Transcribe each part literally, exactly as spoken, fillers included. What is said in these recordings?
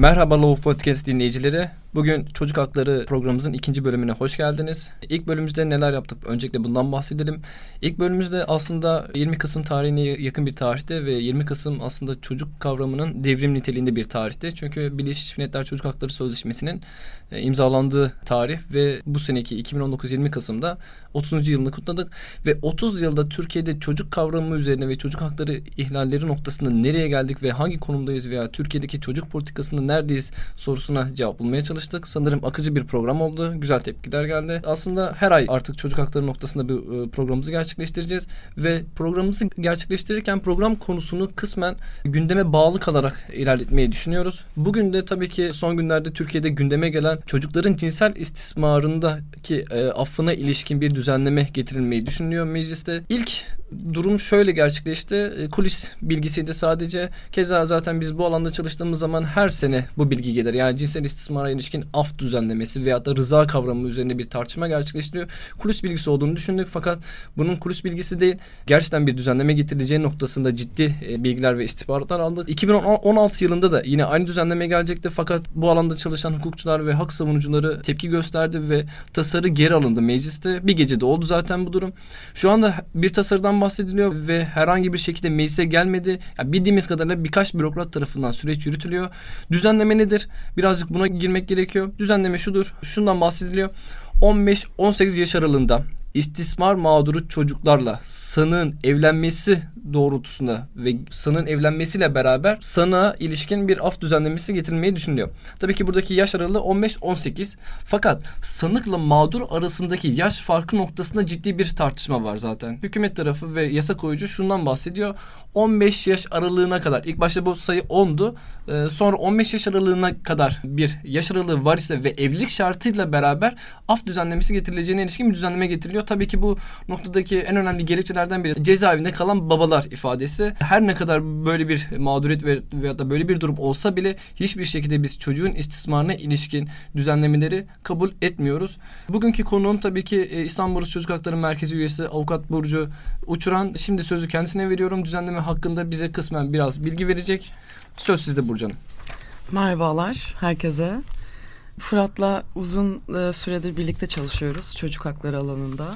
Merhaba Love Podcast dinleyicileri. Bugün Çocuk Hakları programımızın ikinci bölümüne hoş geldiniz. İlk bölümümüzde neler yaptık? Öncelikle bundan bahsedelim. İlk bölümümüzde aslında yirmi Kasım tarihine yakın bir tarihte ve yirmi Kasım aslında çocuk kavramının devrim niteliğinde bir tarihte. Çünkü Birleşmiş Milletler Çocuk Hakları Sözleşmesi'nin e, imzalandığı tarih ve bu seneki iki bin on dokuz yirmi Kasım'da otuzuncu yılını kutladık. Ve otuz yılda Türkiye'de çocuk kavramı üzerine ve çocuk hakları ihlalleri noktasında nereye geldik ve hangi konumdayız veya Türkiye'deki çocuk politikasında neredeyiz sorusuna cevap bulmaya çalıştık. Sanırım akıcı bir program oldu. Güzel tepkiler geldi. Aslında her ay artık çocuk hakları noktasında bir programımızı gerçekleştireceğiz. Ve programımızı gerçekleştirirken program konusunu kısmen gündeme bağlı kalarak ilerletmeyi düşünüyoruz. Bugün de tabii ki son günlerde Türkiye'de gündeme gelen çocukların cinsel istismarındaki e, affına ilişkin bir düzenleme getirilmeyi düşünülüyor mecliste. İlk durum şöyle gerçekleşti. E, kulis bilgisiydi sadece. Keza zaten biz bu alanda çalıştığımız zaman her sene bu bilgi gelir. Yani cinsel istismara ilişkin af düzenlemesi veyahut da rıza kavramı üzerine bir tartışma gerçekleştiriyor. Kulis bilgisi olduğunu düşündük fakat bunun kulis bilgisi değil, gerçekten bir düzenleme getirileceği noktasında ciddi e, bilgiler ve istihbaratlar aldık. iki bin on altı yılında da yine aynı düzenleme gelecekti fakat bu alanda çalışan hukukçular ve hak savunucuları tepki gösterdi ve tasarı geri alındı mecliste. Bir gecede oldu zaten bu durum. Şu anda bir tasarıdan bahsediliyor ve herhangi bir şekilde meclise gelmedi. Yani bildiğimiz kadarıyla birkaç bürokrat tarafından süreç yürütülüyor. Düzenleme nedir? Birazcık buna girmek gerekiyor. Düzenleme şudur. Şundan bahsediliyor. on beş on sekiz yaş aralığında istismar mağduru çocuklarla sanığın evlenmesi doğrultusunda ve sanığın evlenmesiyle beraber sanığa ilişkin bir af düzenlemesi getirilmeyi düşünülüyor. Tabii ki buradaki yaş aralığı on beş on sekiz. Fakat sanıkla mağdur arasındaki yaş farkı noktasında ciddi bir tartışma var zaten. Hükümet tarafı ve yasa koyucu şundan bahsediyor. on beş yaş aralığına kadar, ilk başta bu sayı ondu. Ee, sonra on beş yaş aralığına kadar bir yaş aralığı var ise ve evlilik şartıyla beraber af düzenlemesi getirileceğine ilişkin bir düzenleme getiriliyor. Tabii ki bu noktadaki en önemli gerekçelerden biri cezaevinde kalan babalar ifadesi. Her ne kadar böyle bir mağduriyet ve veyahut da böyle bir durum olsa bile hiçbir şekilde biz çocuğun istismarına ilişkin düzenlemeleri kabul etmiyoruz. Bugünkü konuğum tabii ki İstanbul Barış Çocuk Hakları Merkezi üyesi Avukat Burcu Uçuran. Şimdi sözü kendisine veriyorum. Düzenleme hakkında bize kısmen biraz bilgi verecek. Söz sizde Burcu Hanım. Merhabalar herkese. Fırat'la uzun e, süredir birlikte çalışıyoruz çocuk hakları alanında.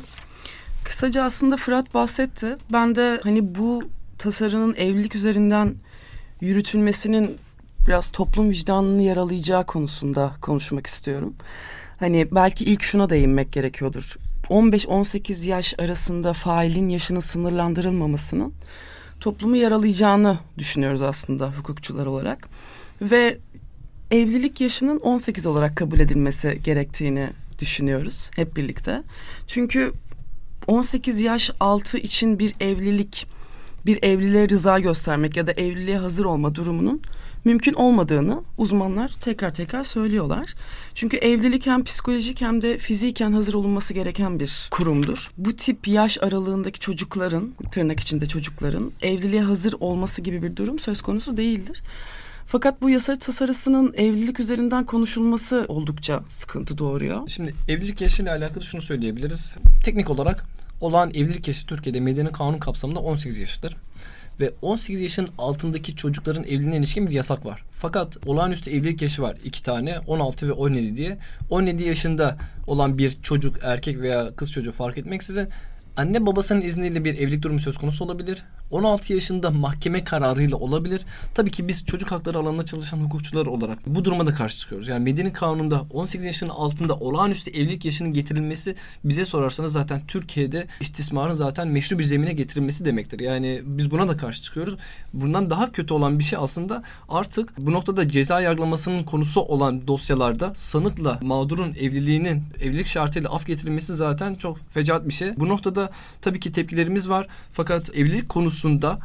Kısaca aslında Fırat bahsetti. Ben de hani bu tasarının evlilik üzerinden yürütülmesinin biraz toplum vicdanını yaralayacağı konusunda konuşmak istiyorum. Hani belki ilk şuna değinmek gerekiyordur. on beş on sekiz yaş arasında failin yaşının sınırlandırılmamasının toplumu yaralayacağını düşünüyoruz aslında hukukçular olarak. Ve evlilik yaşının on sekiz olarak kabul edilmesi gerektiğini düşünüyoruz hep birlikte. Çünkü on sekiz yaş altı için bir evlilik, bir evliliğe rıza göstermek ya da evliliğe hazır olma durumunun mümkün olmadığını uzmanlar tekrar tekrar söylüyorlar. Çünkü evlilik hem psikolojik hem de fiziken hazır olunması gereken bir kurumdur. Bu tip yaş aralığındaki çocukların, tırnak içinde çocukların evliliğe hazır olması gibi bir durum söz konusu değildir. Fakat bu yasa tasarısının evlilik üzerinden konuşulması oldukça sıkıntı doğuruyor. Şimdi evlilik yaşıyla alakalı şunu söyleyebiliriz. Teknik olarak olağan evlilik yaşı Türkiye'de medeni kanun kapsamında on sekiz yaşıdır. Ve on sekiz yaşın altındaki çocukların evliliğine ilişkin bir yasak var. Fakat olağanüstü evlilik yaşı var. iki tane, on altı ve on yedi diye. on yedi yaşında olan bir çocuk, erkek veya kız çocuğu fark etmeksizin anne babasının izniyle bir evlilik durumu söz konusu olabilir. on altı yaşında mahkeme kararıyla olabilir. Tabii ki biz çocuk hakları alanında çalışan hukukçular olarak bu duruma da karşı çıkıyoruz. Yani medeni kanunda on sekiz yaşının altında olağanüstü evlilik yaşının getirilmesi bize sorarsanız zaten Türkiye'de istismarın zaten meşru bir zemine getirilmesi demektir. Yani biz buna da karşı çıkıyoruz. Bundan daha kötü olan bir şey aslında artık bu noktada ceza yargılamasının konusu olan dosyalarda sanıkla mağdurun evliliğinin evlilik şartıyla af getirilmesi zaten çok fecaat bir şey. Bu noktada tabii ki tepkilerimiz var. Fakat evlilik konusu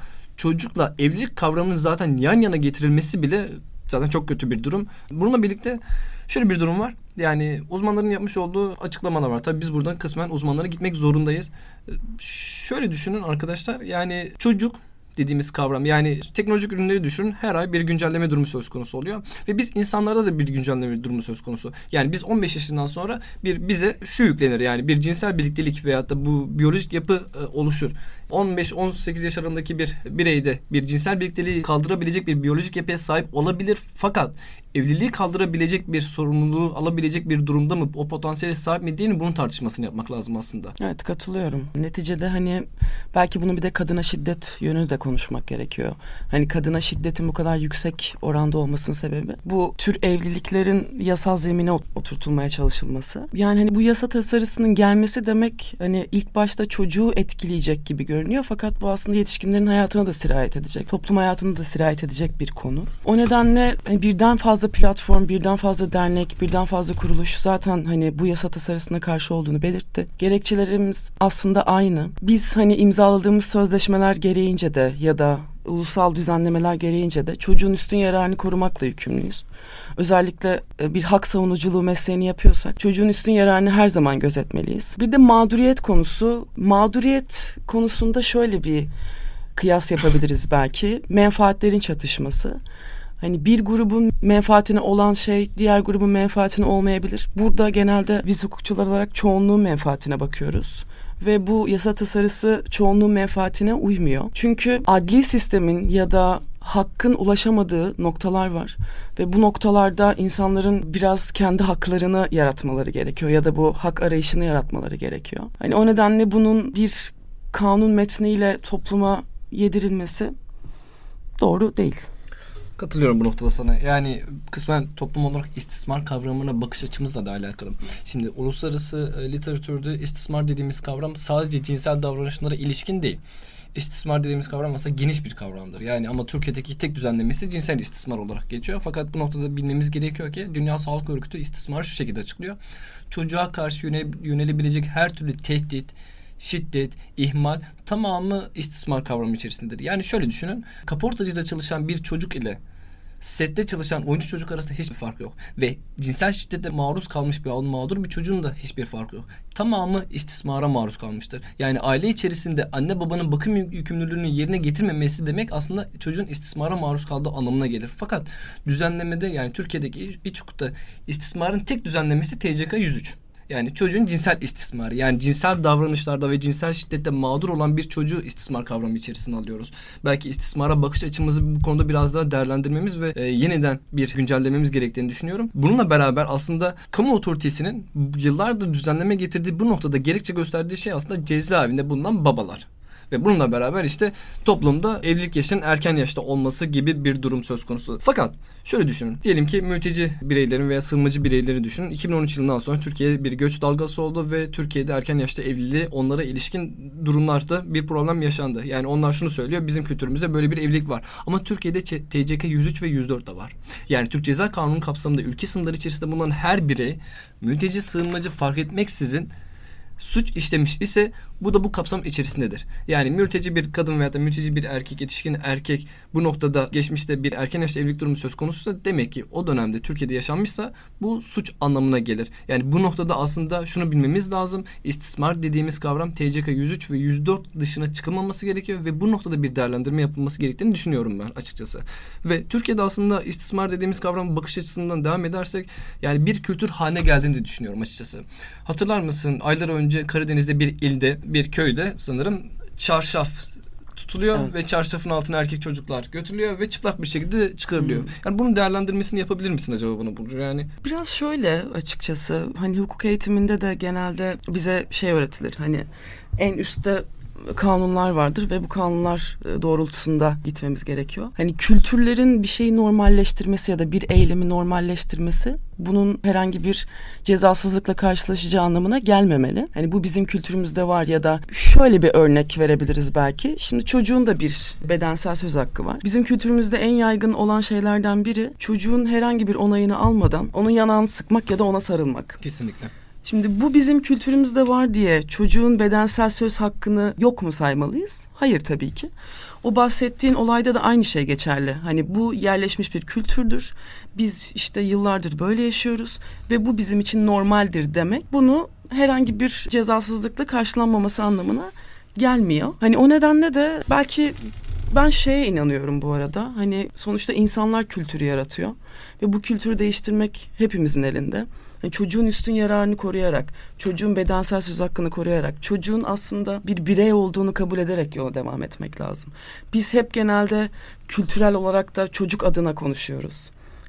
çocukla evlilik kavramının zaten yan yana getirilmesi bile zaten çok kötü bir durum. Bununla birlikte şöyle bir durum var. Yani uzmanların yapmış olduğu açıklamalar var. Tabii biz buradan kısmen uzmanlara gitmek zorundayız. Şöyle düşünün arkadaşlar. Yani çocuk dediğimiz kavram, yani teknolojik ürünleri düşünün, her ay bir güncelleme durumu söz konusu oluyor ve biz insanlarda da bir güncelleme durumu söz konusu. Yani biz on beş yaşından sonra bir bize şu yüklenir, yani bir cinsel birliktelik veyahut da bu biyolojik yapı e, oluşur. on beş on sekiz yaş arasındaki bir bireyde bir cinsel birlikteliği kaldırabilecek bir biyolojik yapıya sahip olabilir, fakat evliliği kaldırabilecek bir sorumluluğu alabilecek bir durumda mı? O potansiyele sahip mi değil mi? Bunun tartışmasını yapmak lazım aslında. Evet, katılıyorum. Neticede hani belki bunu bir de kadına şiddet yönünü de konuşmak gerekiyor. Hani kadına şiddetin bu kadar yüksek oranda olmasının sebebi bu tür evliliklerin yasal zemine oturtulmaya çalışılması. Yani hani bu yasa tasarısının gelmesi demek hani ilk başta çocuğu etkileyecek gibi görünüyor. Fakat bu aslında yetişkinlerin hayatına da sirayet edecek. Toplum hayatına da sirayet edecek bir konu. O nedenle hani birden fazla platform, birden fazla dernek, birden fazla kuruluş zaten hani bu yasa tasarısına karşı olduğunu belirtti. Gerekçelerimiz aslında aynı. Biz hani imzaladığımız sözleşmeler gereğince de ya da ulusal düzenlemeler gereğince de çocuğun üstün yararını korumakla yükümlüyüz. Özellikle bir hak savunuculuğu mesleğini yapıyorsak çocuğun üstün yararını her zaman gözetmeliyiz. Bir de mağduriyet konusu. Mağduriyet konusunda şöyle bir kıyas yapabiliriz belki. Menfaatlerin çatışması. Hani bir grubun menfaatine olan şey diğer grubun menfaatine olmayabilir. Burada genelde biz hukukçular olarak çoğunluğun menfaatine bakıyoruz. Ve bu yasa tasarısı çoğunluğun menfaatine uymuyor. Çünkü adli sistemin ya da hakkın ulaşamadığı noktalar var. Ve bu noktalarda insanların biraz kendi haklarını yaratmaları gerekiyor. Ya da bu hak arayışını yaratmaları gerekiyor. Hani o nedenle bunun bir kanun metniyle topluma yedirilmesi doğru değil. Katılıyorum bu noktada sana. Yani kısmen toplum olarak istismar kavramına bakış açımızla da alakalı. Şimdi uluslararası e, literatürde istismar dediğimiz kavram sadece cinsel davranışlara ilişkin değil. İstismar dediğimiz kavram aslında geniş bir kavramdır. Yani ama Türkiye'deki tek düzenlemesi cinsel istismar olarak geçiyor. Fakat bu noktada bilmemiz gerekiyor ki Dünya Sağlık Örgütü istismarı şu şekilde açıklıyor. Çocuğa karşı yöne, yönelebilecek her türlü tehdit, şiddet, ihmal tamamı istismar kavramı içerisindedir. Yani şöyle düşünün. Kaportacıda çalışan bir çocuk ile sette çalışan oyuncu çocuk arasında hiçbir fark yok. Ve cinsel şiddete maruz kalmış bir mağdur bir çocuğun da hiçbir farkı yok. Tamamı istismara maruz kalmıştır. Yani aile içerisinde anne babanın bakım yükümlülüğünü yerine getirmemesi demek aslında çocuğun istismara maruz kaldığı anlamına gelir. Fakat düzenlemede yani Türkiye'deki iç hukukta istismarın tek düzenlemesi T C K yüz üç. Yani çocuğun cinsel istismarı, yani cinsel davranışlarda ve cinsel şiddette mağdur olan bir çocuğu istismar kavramı içerisine alıyoruz. Belki istismara bakış açımızı bu konuda biraz daha değerlendirmemiz ve e, yeniden bir güncellememiz gerektiğini düşünüyorum. Bununla beraber aslında kamu otoritesinin yıllardır düzenleme getirdiği bu noktada gerekçe gösterdiği şey aslında cezaevinde bulunan babalar. Ve bununla beraber işte toplumda evlilik yaşının erken yaşta olması gibi bir durum söz konusu. Fakat şöyle düşünün. Diyelim ki mülteci bireylerin veya sığınmacı bireyleri düşünün. iki bin on üç yılından sonra Türkiye'de bir göç dalgası oldu ve Türkiye'de erken yaşta evliliği onlara ilişkin durumlarda bir problem yaşandı. Yani onlar şunu söylüyor. Bizim kültürümüzde böyle bir evlilik var. Ama Türkiye'de T C K yüz üç ve yüz dört de var. Yani Türk Ceza Kanunu kapsamında ülke sınırları içerisinde bulunan her birey mülteci, sığınmacı fark etmeksizin suç işlemiş ise bu da bu kapsam içerisindedir. Yani mülteci bir kadın veya da mülteci bir erkek, yetişkin erkek bu noktada geçmişte bir erken yaşta evlilik durumu söz konusuysa demek ki o dönemde Türkiye'de yaşanmışsa bu suç anlamına gelir. Yani bu noktada aslında şunu bilmemiz lazım. İstismar dediğimiz kavram T C K yüz üç ve yüz dört dışına çıkılmaması gerekiyor ve bu noktada bir değerlendirme yapılması gerektiğini düşünüyorum ben açıkçası. Ve Türkiye'de aslında istismar dediğimiz kavram bakış açısından devam edersek yani bir kültür haline geldiğini de düşünüyorum açıkçası. Hatırlar mısın? Aylar önce Karadeniz'de bir ilde, bir köyde sanırım çarşaf tutuluyor evet. Ve çarşafın altına erkek çocuklar götürülüyor ve çıplak bir şekilde çıkarılıyor. Hmm. Yani bunun değerlendirmesini yapabilir misin acaba buna Burcu? Yani biraz şöyle açıkçası hani hukuk eğitiminde de genelde bize şey öğretilir. Hani en üstte kanunlar vardır ve bu kanunlar doğrultusunda gitmemiz gerekiyor. Hani kültürlerin bir şeyi normalleştirmesi ya da bir eylemi normalleştirmesi bunun herhangi bir cezasızlıkla karşılaşacağı anlamına gelmemeli. Hani bu bizim kültürümüzde var ya da şöyle bir örnek verebiliriz belki. Şimdi çocuğun da bir bedensel söz hakkı var. Bizim kültürümüzde en yaygın olan şeylerden biri çocuğun herhangi bir onayını almadan onun yanağını sıkmak ya da ona sarılmak. Kesinlikle. Şimdi bu bizim kültürümüzde var diye çocuğun bedensel söz hakkını yok mu saymalıyız? Hayır tabii ki. O bahsettiğin olayda da aynı şey geçerli. Hani bu yerleşmiş bir kültürdür. Biz işte yıllardır böyle yaşıyoruz ve bu bizim için normaldir demek. Bunu herhangi bir cezasızlıkla karşılanmaması anlamına gelmiyor. Hani o nedenle de belki ben şeye inanıyorum bu arada. Hani sonuçta insanlar kültürü yaratıyor ve bu kültürü değiştirmek hepimizin elinde. Yani çocuğun üstün yararını koruyarak, çocuğun bedensel söz hakkını koruyarak, çocuğun aslında bir birey olduğunu kabul ederek yola devam etmek lazım. Biz hep genelde kültürel olarak da çocuk adına konuşuyoruz.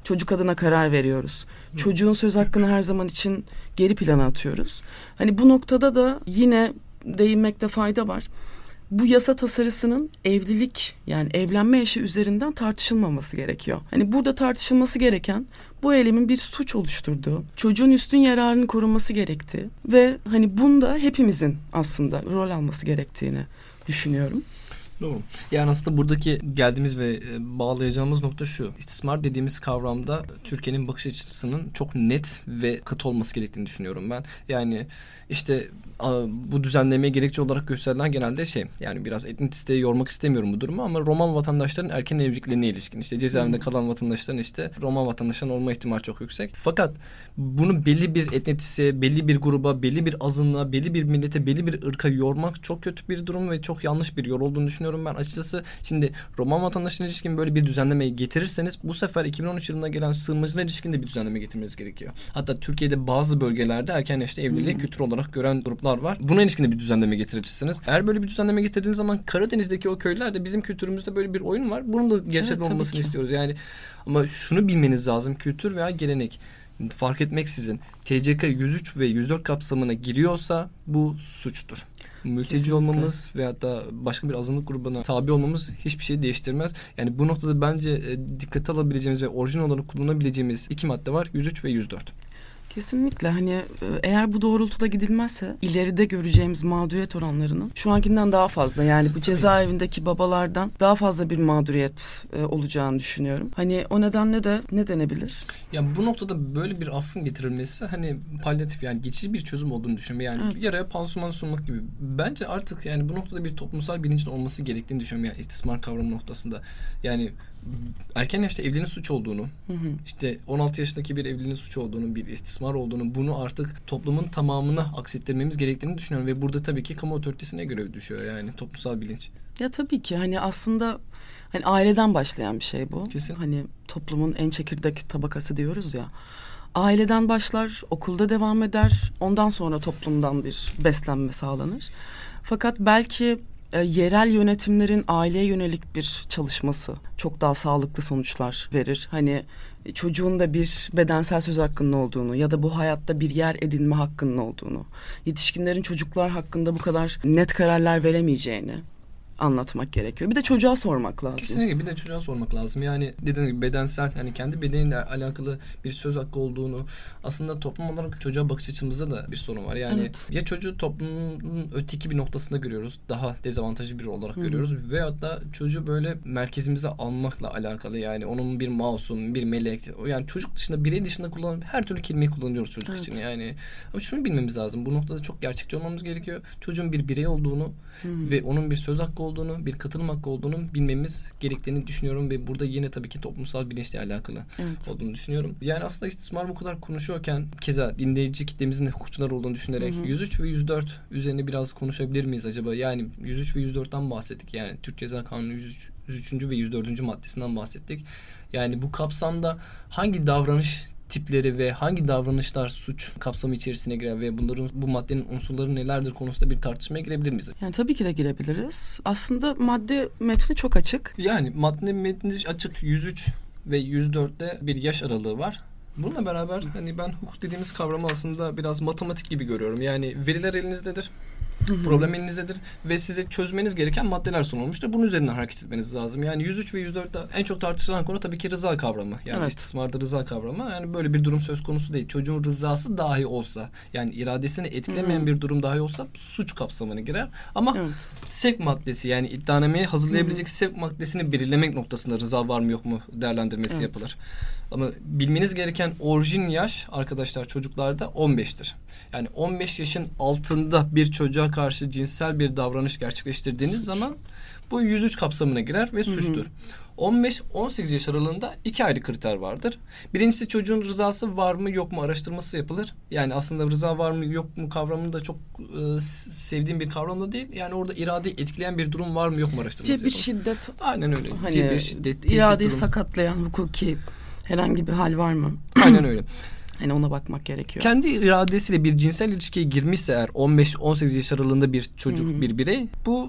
çocuk adına karar veriyoruz. Hı. Çocuğun söz hakkını her zaman için geri plana atıyoruz. Hani bu noktada da yine değinmekte fayda var. Bu yasa tasarısının evlilik yani evlenme yaşı üzerinden tartışılmaması gerekiyor. Hani burada tartışılması gereken bu eylemin bir suç oluşturduğu, çocuğun üstün yararının korunması gerektiği ve hani bunda hepimizin aslında rol alması gerektiğini düşünüyorum. Doğru. Yani aslında buradaki geldiğimiz ve bağlayacağımız nokta şu. İstismar dediğimiz kavramda Türkiye'nin bakış açısının çok net ve katı olması gerektiğini düşünüyorum ben. Yani işte bu düzenlemeye gerekçe olarak gösterilen genelde şey, yani biraz etnisiteyi yormak istemiyorum bu durumu ama Roman vatandaşların erken evliliklerine ilişkin, işte cezaevinde kalan vatandaşların işte Roman vatandaşların olma ihtimali çok yüksek. Fakat bunu belli bir etnisiteye, belli bir gruba, belli bir azınlığa, belli bir millete, belli bir ırka yormak çok kötü bir durum ve çok yanlış bir yol olduğunu düşünüyorum ben açıkçası. Şimdi Roman vatandaşlarına ilişkin böyle bir düzenlemeyi getirirseniz bu sefer iki bin on üç yılında gelen sığınmacılara ilişkin de bir düzenleme getirmeniz gerekiyor. Hatta Türkiye'de bazı bölgelerde erken yaşta evliliği hmm. kültür olarak gören gruplar var. Buna ilişkin de bir düzenleme getirirsiniz. Eğer böyle bir düzenleme getirdiğiniz zaman Karadeniz'deki o köylerde bizim kültürümüzde böyle bir oyun var. Bunun da gerçekten evet, olmasını istiyoruz. Yani ama şunu bilmeniz lazım. Kültür veya gelenek fark etmeksizin T C K yüz üç ve yüz dört kapsamına giriyorsa bu suçtur. Mülteci Kesinlikle. olmamız veyahut da başka bir azınlık grubuna tabi olmamız hiçbir şey değiştirmez. Yani bu noktada bence e, dikkate alabileceğimiz ve orijinal olarak kullanabileceğimiz iki madde var. yüz üç ve yüz dört. Kesinlikle hani eğer bu doğrultuda gidilmezse ileride göreceğimiz mağduriyet oranlarının şu ankinden daha fazla, yani bu cezaevindeki babalardan daha fazla bir mağduriyet e, olacağını düşünüyorum. Hani o nedenle de ne denebilir? Ya bu noktada böyle bir affın getirilmesi hani palyatif, yani geçici bir çözüm olduğunu düşünüyorum. Yani evet. yaraya pansuman sunmak gibi. Bence artık yani bu noktada bir toplumsal bilincin olması gerektiğini düşünüyorum. Yani istismar kavramı noktasında. Yani erken yaşta evliliğin suç olduğunu, hı hı. işte on altı yaşındaki bir evliliğin suç olduğunu, bir istismar olduğunu, bunu artık toplumun tamamına aksettirmemiz gerektiğini düşünüyorum ve burada tabii ki kamu otoritesine görev düşüyor, yani toplumsal bilinç. Ya tabii ki hani aslında hani aileden başlayan bir şey bu. Kesin. Hani toplumun en çekirdek tabakası diyoruz ya. Aileden başlar, okulda devam eder, ondan sonra toplumdan bir beslenme sağlanır. Fakat belki E, yerel yönetimlerin aileye yönelik bir çalışması çok daha sağlıklı sonuçlar verir. Hani çocuğun da bir bedensel söz hakkının olduğunu ya da bu hayatta bir yer edinme hakkının olduğunu, yetişkinlerin çocuklar hakkında bu kadar net kararlar veremeyeceğini anlatmak gerekiyor. Bir de çocuğa sormak lazım. Kesinlikle bir de çocuğa sormak lazım. Yani dediğim gibi bedensel, yani kendi bedeniyle alakalı bir söz hakkı olduğunu, aslında toplum olarak çocuğa bakış açımızda da bir sorun var. Yani evet. ya çocuğu toplumun öteki bir noktasında görüyoruz. Daha dezavantajlı biri olarak Hı-hı. görüyoruz. Veyahut da çocuğu böyle merkezimize almakla alakalı, yani onun bir masum, bir melek. Yani çocuk dışında, birey dışında kullanılan her türlü kelimeyi kullanıyoruz çocuk evet. için. Yani ama şunu bilmemiz lazım. Bu noktada çok gerçekçi olmamız gerekiyor. Çocuğun bir birey olduğunu Hı-hı. ve onun bir söz hakkı olduğunu, bir katılım hakkı olduğunu bilmemiz gerektiğini düşünüyorum ve burada yine tabii ki toplumsal bilinçle alakalı evet. olduğunu düşünüyorum. Yani aslında istismar bu kadar konuşuyorken, keza dinleyici kitlemizin de hukukçular olduğunu düşünerek hı hı. yüz üç ve yüz dört üzerine biraz konuşabilir miyiz acaba? Yani yüz üç ve yüz dörtten bahsettik. Yani Türk Ceza Kanunu yüz üç, yüz üçüncü ve yüz dördüncü maddesinden bahsettik. Yani bu kapsamda hangi davranış tipleri ve hangi davranışlar suç kapsamı içerisine girer ve bunların, bu maddenin unsurları nelerdir konusunda bir tartışmaya girebilir miyiz? Yani tabii ki de girebiliriz. Aslında madde metni çok açık. Yani madde metni açık. yüz üç ve yüz dörtte bir yaş aralığı var. Bununla beraber hani ben hukuk dediğimiz kavramı aslında biraz matematik gibi görüyorum. Yani veriler elinizdedir. Hı-hı. Problem elinizdedir ve size çözmeniz gereken maddeler sunulmuştur. Bunun üzerinden hareket etmeniz lazım. Yani yüz üç ve yüz dörtte en çok tartışılan konu tabii ki rıza kavramı. Yani evet. istismarda rıza kavramı. Yani böyle bir durum söz konusu değil. Çocuğun rızası dahi olsa, yani iradesini etkilemeyen Hı-hı. bir durum dahi olsa suç kapsamına girer. Ama evet. sevk maddesi, yani iddianameyi hazırlayabilecek Hı-hı. sevk maddesini belirlemek noktasında rıza var mı yok mu değerlendirmesi evet. yapılır. Ama bilmeniz gereken orijin yaş arkadaşlar çocuklarda on beştir. Yani on beş yaşın altında bir çocuğa karşı cinsel bir davranış gerçekleştirdiğiniz Suç. zaman bu yüz üç kapsamına girer ve suçtur. Hı hı. on beş on sekiz yaş aralığında iki ayrı kriter vardır. Birincisi çocuğun rızası var mı yok mu araştırması yapılır. Yani aslında rıza var mı yok mu kavramını da çok e, sevdiğim bir kavram da değil. Yani orada iradeyi etkileyen bir durum var mı yok mu araştırması Cebir yapılır. şiddet. Aynen öyle. Hani Cebir şiddet. İradeyi sakatlayan hukuki herhangi bir hal var mı? Aynen öyle. Hani ona bakmak gerekiyor. Kendi iradesiyle bir cinsel ilişkiye girmişse eğer on beş on sekiz yaş aralığında bir çocuk, Hı-hı. bir birey, bu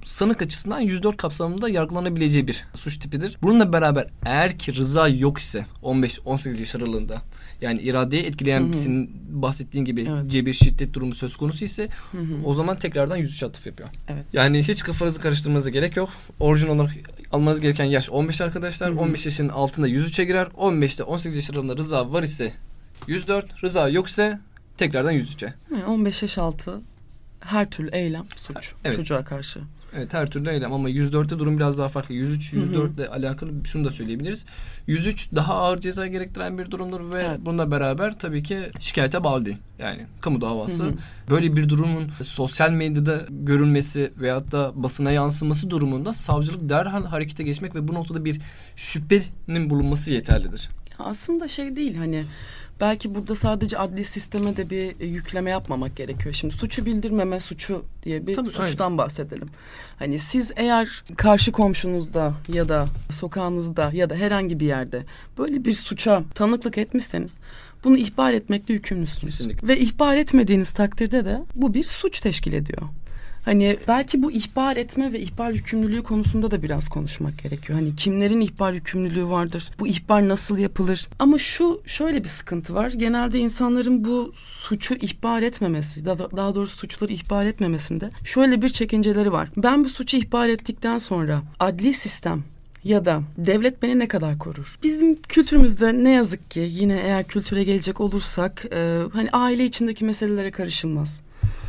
sanık açısından yüz dört kapsamında yargılanabileceği bir suç tipidir. Bununla beraber eğer ki rıza yok ise on beş on sekiz yaş aralığında, yani iradeyi etkileyen Hı hı. senin bahsettiğin gibi Evet. cebir şiddet durumu söz konusu ise Hı hı. o zaman tekrardan yüz üç atıf yapıyor. Evet. Yani hiç kafanızı karıştırmanıza gerek yok. Orijinal olarak almanız gereken yaş on beş arkadaşlar. Hı hı. on beş yaşının altında yüz üçe girer. on beşte on sekiz yaş aralığında rıza var ise yüz dört, rıza yok ise tekrardan yüz üçe. Yani on beş yaş altı her türlü eylem suç Evet. çocuğa karşı. Evet, her türlü eylem ama yüz dörtte durum biraz daha farklı. yüz üç, yüz dört ile alakalı şunu da söyleyebiliriz. yüz üç daha ağır ceza gerektiren bir durumdur ve Evet. bununla beraber tabii ki şikayete bağlı değil. Yani kamu davası. Hı hı. Böyle bir durumun sosyal medyada görülmesi veyahut da basına yansıması durumunda savcılık derhal harekete geçmek ve bu noktada bir şüphenin bulunması yeterlidir. Aslında şey değil, hani belki burada sadece adli sisteme de bir yükleme yapmamak gerekiyor. Şimdi suçu bildirmeme suçu diye bir Tabii, suçtan aynen. bahsedelim. Hani siz eğer karşı komşunuzda ya da sokağınızda ya da herhangi bir yerde böyle bir suça tanıklık etmişseniz bunu ihbar etmekle yükümlüsünüz. Kesinlikle. Ve ihbar etmediğiniz takdirde de bu bir suç teşkil ediyor. Hani belki bu ihbar etme ve ihbar yükümlülüğü konusunda da biraz konuşmak gerekiyor. Hani kimlerin ihbar yükümlülüğü vardır? Bu ihbar nasıl yapılır? Ama şu şöyle bir sıkıntı var. Genelde insanların bu suçu ihbar etmemesi, daha doğrusu suçları ihbar etmemesinde şöyle bir çekinceleri var. Ben bu suçu ihbar ettikten sonra adli sistem ya da devlet beni ne kadar korur? Bizim kültürümüzde ne yazık ki yine eğer kültüre gelecek olursak e, hani aile içindeki meselelere karışılmaz.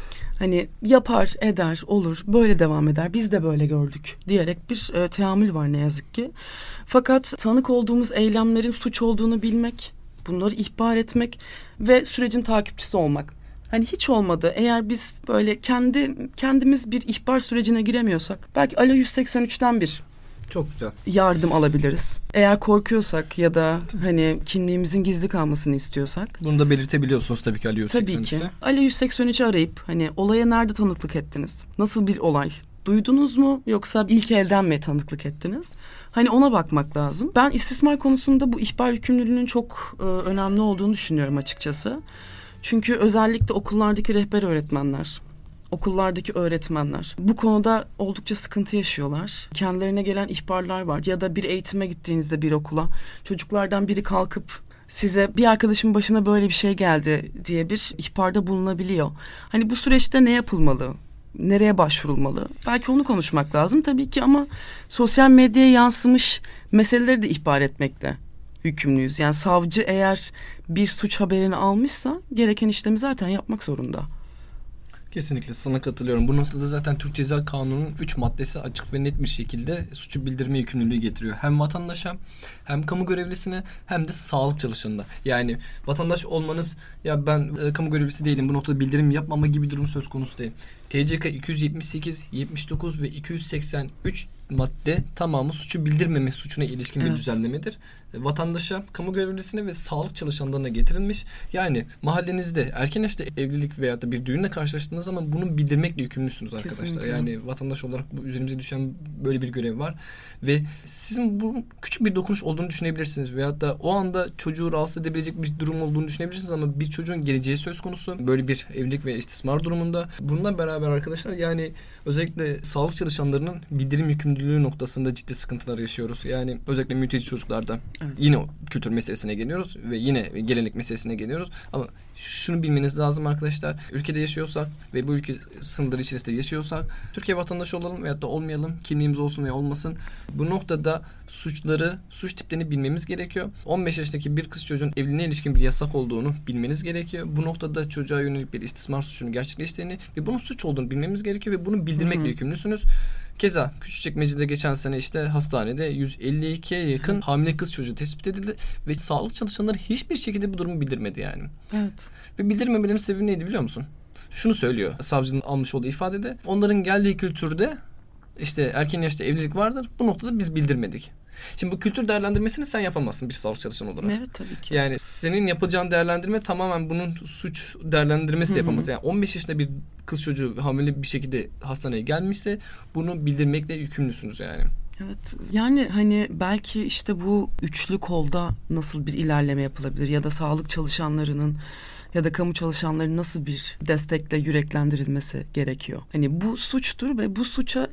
Hani yapar, eder, olur, böyle devam eder. Biz de böyle gördük diyerek bir e, teamül var ne yazık ki. Fakat tanık olduğumuz eylemlerin suç olduğunu bilmek, bunları ihbar etmek ve sürecin takipçisi olmak. Hani hiç olmadı eğer biz böyle kendi kendimiz bir ihbar sürecine giremiyorsak belki Alo yüz seksen üçten bir Çok güzel. yardım alabiliriz. Eğer korkuyorsak ya da hani kimliğimizin gizli kalmasını istiyorsak. Bunu da belirtebiliyorsunuz tabii ki Ali yüz seksen üçte. Tabii ki. Ali yüz seksen üçü arayıp hani olaya nerede tanıklık ettiniz? Nasıl bir olay? Duydunuz mu yoksa ilk elden mi tanıklık ettiniz? Hani ona bakmak lazım. Ben istismar konusunda bu ihbar yükümlülüğünün çok e, önemli olduğunu düşünüyorum açıkçası. Çünkü özellikle okullardaki rehber öğretmenler, okullardaki öğretmenler bu konuda oldukça sıkıntı yaşıyorlar. Kendilerine gelen ihbarlar var ya da bir eğitime gittiğinizde bir okula çocuklardan biri kalkıp size bir arkadaşımın başına böyle bir şey geldi diye bir ihbarda bulunabiliyor. Hani bu süreçte ne yapılmalı? Nereye başvurulmalı? Belki onu konuşmak lazım tabii ki ama sosyal medyaya yansımış meseleleri de ihbar etmekle yükümlüyüz. Yani savcı eğer bir suç haberini almışsa gereken işlemi zaten yapmak zorunda. Kesinlikle sana katılıyorum. Bu noktada zaten Türk Ceza Kanunu'nun üç maddesi açık ve net bir şekilde suçu bildirme yükümlülüğü getiriyor. Hem vatandaşa, hem kamu görevlisine, hem de sağlık çalışanına. Yani vatandaş olmanız, ya ben e, kamu görevlisi değilim, bu noktada bildirim yapmama gibi durum söz konusu değil. T C K iki yüz yetmiş sekiz, yetmiş dokuz ve iki yüz seksen üç madde tamamı suçu bildirmeme suçuna ilişkin evet. bir düzenlemedir. Vatandaşa, kamu görevlisine ve sağlık çalışanlarına getirilmiş. Yani mahallenizde erken yaşta evlilik veya da bir düğünle karşılaştığınız zaman bunu bildirmekle yükümlüsünüz arkadaşlar. Kesinlikle. Yani vatandaş olarak bu üzerimize düşen böyle bir görev var. Ve sizin bu küçük bir dokunuş olduğunu düşünebilirsiniz. Veyahut da o anda çocuğu rahatsız edebilecek bir durum olduğunu düşünebilirsiniz ama bir çocuğun geleceği söz konusu. Böyle bir evlilik ve istismar durumunda. Bununla beraber arkadaşlar yani özellikle sağlık çalışanlarının bildirim yükümlülüğü noktasında ciddi sıkıntılar yaşıyoruz. Yani özellikle mülteci çocuklarda. Evet. Yine o kültür meselesine geliyoruz ve yine gelenek meselesine geliyoruz. Ama şunu bilmeniz lazım arkadaşlar. Ülkede yaşıyorsak ve bu ülke sınırları içerisinde yaşıyorsak Türkiye vatandaşı olalım veyahut da olmayalım. Kimliğimiz olsun veya olmasın. Bu noktada suçları, suç tiplerini bilmemiz gerekiyor. on beş yaşındaki bir kız çocuğun evliliğine ilişkin bir yasak olduğunu bilmeniz gerekiyor. Bu noktada çocuğa yönelik bir istismar suçunu gerçekleştiğini ve bunun suç olduğunu bilmemiz gerekiyor ve bunu bildirmekle Hı-hı. yükümlüsünüz. Keza Küçükçekmece'de geçen sene işte hastanede yüz elli ikiye yakın Hı. hamile kız çocuğu tespit edildi ve sağlık çalışanları hiçbir şekilde bu durumu bildirmedi yani. Evet. Ve bildirmemelerinin sebebi neydi biliyor musun? Şunu söylüyor savcının almış olduğu ifadede. Onların geldiği kültürde işte erken yaşta evlilik vardır. Bu noktada biz bildirmedik. Şimdi bu kültür değerlendirmesini sen yapamazsın bir sağlık çalışanı olarak. Evet tabii ki. Yani senin yapacağın değerlendirme tamamen bunun suç değerlendirmesi de yapamaz. Yani on beş yaşında bir kız çocuğu hamile bir şekilde hastaneye gelmişse bunu bildirmekle yükümlüsünüz yani. Evet yani hani belki işte bu üçlü kolda nasıl bir ilerleme yapılabilir ya da sağlık çalışanlarının ya da kamu çalışanlarının nasıl bir destekle yüreklendirilmesi gerekiyor. Hani bu suçtur ve bu suça